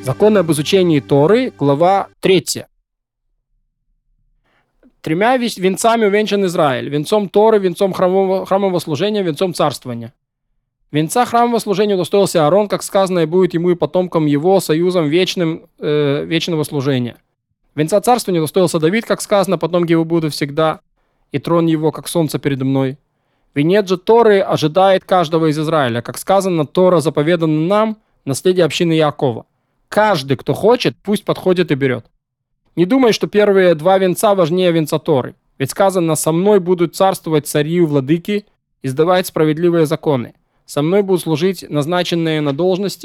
Законы об изучении Торы, глава 3. Тремя венцами увенчан Израиль. Венцом Торы, венцом храмового служения, венцом царствования. Венца храмового служения удостоился Аарон, как сказано, и будет ему и потомкам его союзом вечным, вечного служения. Венца царствования удостоился Давид, как сказано, потомки его будут всегда, и трон его, как солнце передо мной. Венец же Торы ожидает каждого из Израиля. Как сказано, Тора заповедана нам, наследие общины Иакова. Каждый, кто хочет, пусть подходит и берет. Не думай, что первые два венца важнее венца Торы. Ведь сказано, со мной будут царствовать цари и владыки, издавать справедливые законы. Со мной будут служить назначенные на должность.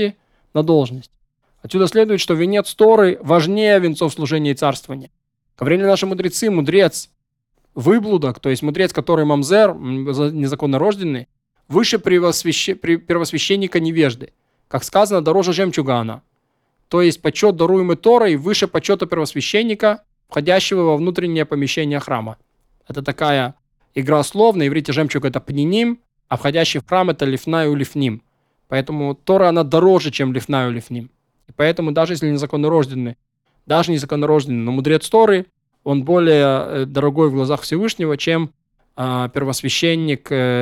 Отсюда следует, что венец Торы важнее венцов служения и царствования. Говорили наши мудрецы, мудрец выблудок, то есть мудрец, который мамзер, незаконно рожденный, выше первосвященника невежды. Как сказано, дороже жемчуга она. То есть почет, даруемый Торой, выше почета первосвященника, входящего во внутреннее помещение храма. Это такая игра слов. На иврите жемчуг это пниним, а входящий в храм это лифна и улифним. Поэтому Тора, она дороже, чем лифна и улифним. И поэтому даже если незаконно рожденный, но мудрец Торы, он более дорогой в глазах Всевышнего, чем первосвященник,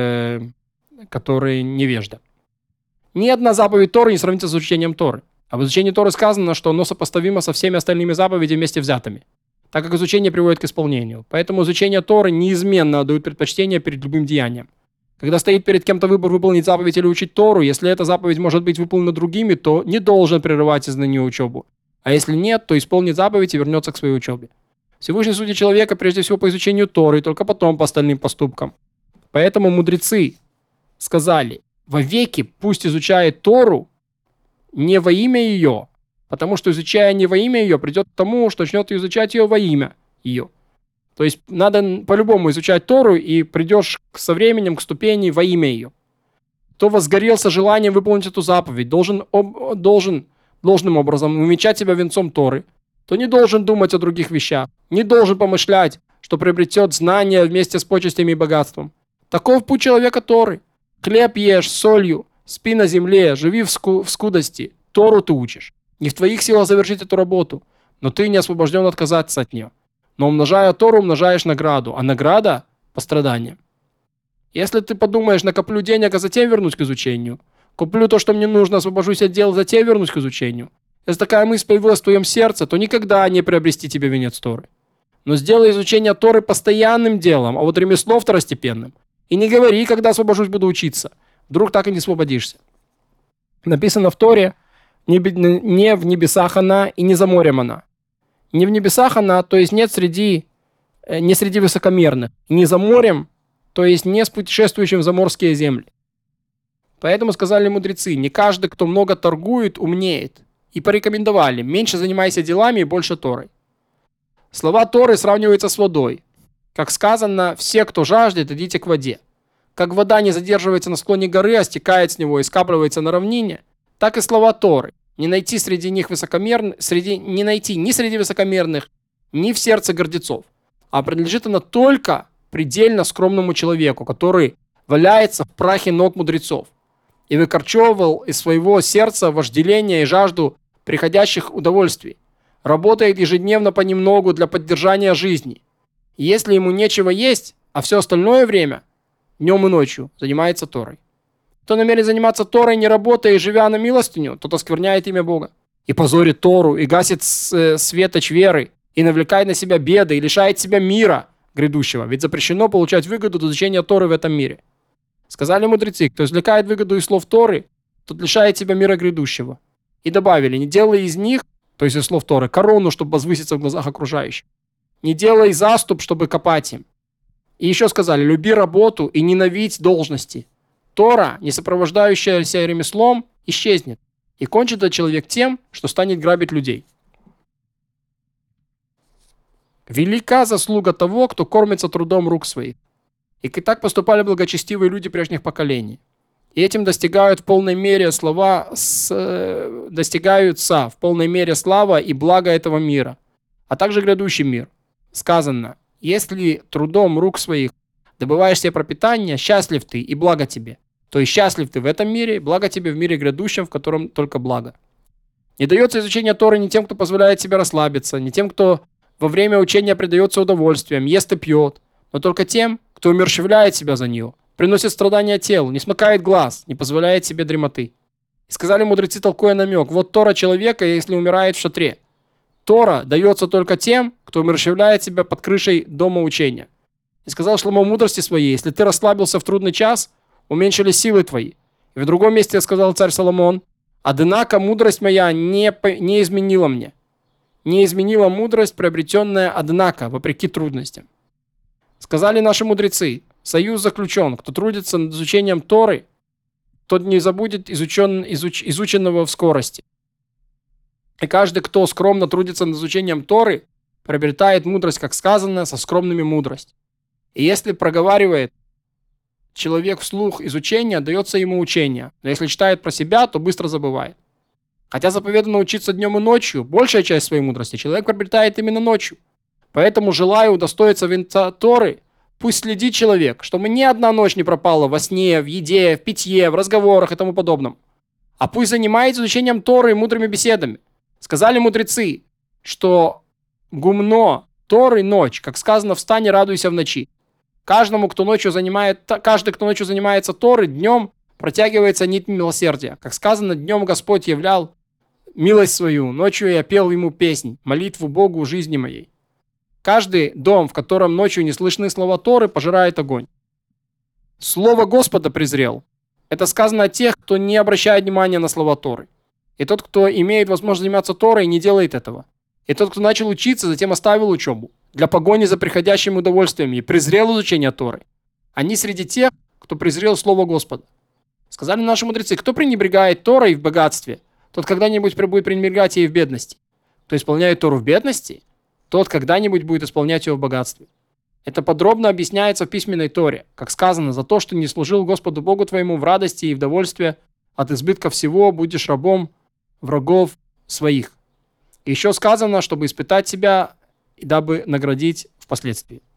который невежда. Ни одна заповедь Торы не сравнится с изучением Торы. Об изучении Торы сказано, что оно сопоставимо со всеми остальными заповедями вместе взятыми, так как изучение приводит к исполнению. Поэтому изучение Торы неизменно отдают предпочтение перед любым деянием. Когда стоит перед кем-то выбор выполнить заповедь или учить Тору, если эта заповедь может быть выполнена другими, то не должен прерывать из-за нее учебу. А если нет, то исполнит заповедь и вернется к своей учебе. Всевышний судит человека прежде всего по изучению Торы, и только потом по остальным поступкам. Поэтому мудрецы сказали, вовеки пусть изучает Тору, не во имя ее, потому что, изучая не во имя ее, придет к тому, что начнет изучать ее во имя ее. То есть надо по-любому изучать Тору, и придешь со временем к ступени во имя ее. Кто возгорелся желанием выполнить эту заповедь, должен должным образом увенчать себя венцом Торы, то не должен думать о других вещах, не должен помышлять, что приобретет знания вместе с почестями и богатством. Таков путь человека Торы. Хлеб ешь с солью, спи на земле, живи в скудости. Тору ты учишь. Не в твоих силах завершить эту работу, но ты не освобожден отказаться от нее. Но умножая Тору, умножаешь награду, а награда – пострадание. Если ты подумаешь, накоплю денег, а затем вернусь к изучению, куплю то, что мне нужно, освобожусь от дел, затем вернусь к изучению. Если такая мысль появилась в твоем сердце, то никогда не приобрести тебе венец Торы. Но сделай изучение Торы постоянным делом, а вот ремесло второстепенным. И не говори, когда освобожусь, буду учиться. Вдруг так и не освободишься. Написано в Торе, не в небесах она и не за морем она. Не в небесах она, то есть не среди высокомерных. Не за морем, то есть не с путешествующим в заморские земли. Поэтому сказали мудрецы, не каждый, кто много торгует, умнеет. И порекомендовали, меньше занимайся делами и больше Торой. Слова Торы сравниваются с водой. Как сказано, все, кто жаждет, идите к воде. Как вода не задерживается на склоне горы, а стекает с него и скапливается на равнине, так и слова Торы. Не найти среди них ни среди высокомерных, ни в сердце гордецов. А принадлежит она только предельно скромному человеку, который валяется в прахе ног мудрецов и выкорчевывал из своего сердца вожделение и жажду приходящих удовольствий. Работает ежедневно понемногу для поддержания жизни. И если ему нечего есть, а все остальное время, днем и ночью, занимается Торой. Кто намерен заниматься Торой, не работая и живя на милостыню, тот оскверняет имя Бога. И позорит Тору, и гасит светоч веры, и навлекает на себя беды, и лишает себя мира грядущего. Ведь запрещено получать выгоду от изучения Торы в этом мире. Сказали мудрецы, кто извлекает выгоду из слов Торы, тот лишает себя мира грядущего. И добавили, не делай из них, то есть из слов Торы, корону, чтобы возвыситься в глазах окружающих. Не делай заступ, чтобы копать им. И еще сказали, люби работу и ненавидь должности. Тора, не сопровождающаяся ремеслом, исчезнет. И кончит этот человек тем, что станет грабить людей. Велика заслуга того, кто кормится трудом рук своих. И так поступали благочестивые люди прежних поколений. И этим достигаются в полной мере слава и блага этого мира, а также грядущий мир. Сказано, если трудом рук своих добываешь себе пропитание, счастлив ты и благо тебе. То есть счастлив ты в этом мире, благо тебе в мире грядущем, в котором только благо. Не дается изучение Торы не тем, кто позволяет себе расслабиться, не тем, кто во время учения предается удовольствием, ест и пьет, но только тем, кто умерщвляет себя за нее, приносит страдания телу, не смыкает глаз, не позволяет себе дремоты. И сказали мудрецы, толкуя намек: вот Тора человека, если умирает в шатре. Тора дается только тем, кто умерщвляет себя под крышей дома учения. И сказал Шломо мудрости своей: если ты расслабился в трудный час, уменьшились силы твои. И в другом месте сказал царь Соломон: однако мудрость моя не изменила мне. Не изменила мудрость, приобретенная, однако, вопреки трудностям. Сказали наши мудрецы: союз заключен, кто трудится над изучением Торы, тот не забудет изученного в скорости. И каждый, кто скромно трудится над изучением Торы, приобретает мудрость, как сказано, со скромными мудрость. И если проговаривает человек вслух изучение, дается ему учение, но если читает про себя, то быстро забывает. Хотя заповедано учиться днем и ночью, большая часть своей мудрости человек приобретает именно ночью. Поэтому желаю удостоиться венца Торы, пусть следит человек, чтобы ни одна ночь не пропала во сне, в еде, в питье, в разговорах и тому подобном. А пусть занимается изучением Торы и мудрыми беседами. Сказали мудрецы, что гумно Торы ночь, как сказано: встань и радуйся в ночи. Каждый, кто ночью занимается Торой, днем протягивается нить милосердия. Как сказано: днем Господь являл милость свою, ночью я пел ему песнь, молитву Богу жизни моей. Каждый дом, в котором ночью не слышны слова Торы, пожирает огонь. Слово Господа презрел. Это сказано о тех, кто не обращает внимания на слова Торы. И тот, кто имеет возможность заниматься Торой, не делает этого. И тот, кто начал учиться, затем оставил учебу для погони за приходящими удовольствиями и презрел изучение Торы. Они среди тех, кто презрел Слово Господа. Сказали наши мудрецы: кто пренебрегает Торой в богатстве, тот когда-нибудь будет пренебрегать ей в бедности. Кто исполняет Тору в бедности, тот когда-нибудь будет исполнять ее в богатстве. Это подробно объясняется в письменной Торе, как сказано: за то, что не служил Господу Богу твоему в радости и в довольстве, от избытка всего будешь рабом врагов своих. И еще сказано, чтобы испытать себя, дабы наградить впоследствии.